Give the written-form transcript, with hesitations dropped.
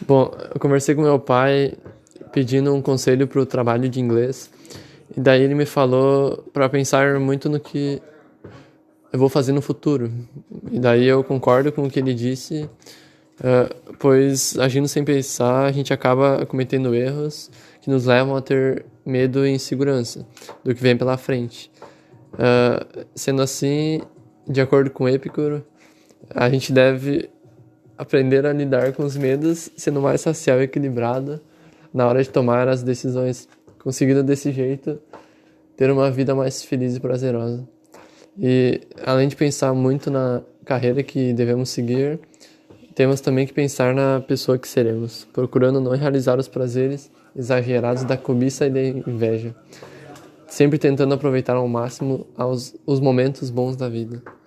Bom, eu conversei com meu pai pedindo um conselho para o trabalho de inglês, e daí ele me falou para pensar muito no que eu vou fazer no futuro. E daí eu concordo com o que ele disse, pois agindo sem pensar, a gente acaba cometendo erros que nos levam a ter medo e insegurança do que vem pela frente. Sendo assim, de acordo com Epicuro, a gente deve aprender a lidar com os medos, sendo mais racional e equilibrado na hora de tomar as decisões, conseguindo desse jeito ter uma vida mais feliz e prazerosa. E além de pensar muito na carreira que devemos seguir, temos também que pensar na pessoa que seremos, procurando não realizar os prazeres exagerados da cobiça e da inveja, sempre tentando aproveitar ao máximo os momentos bons da vida.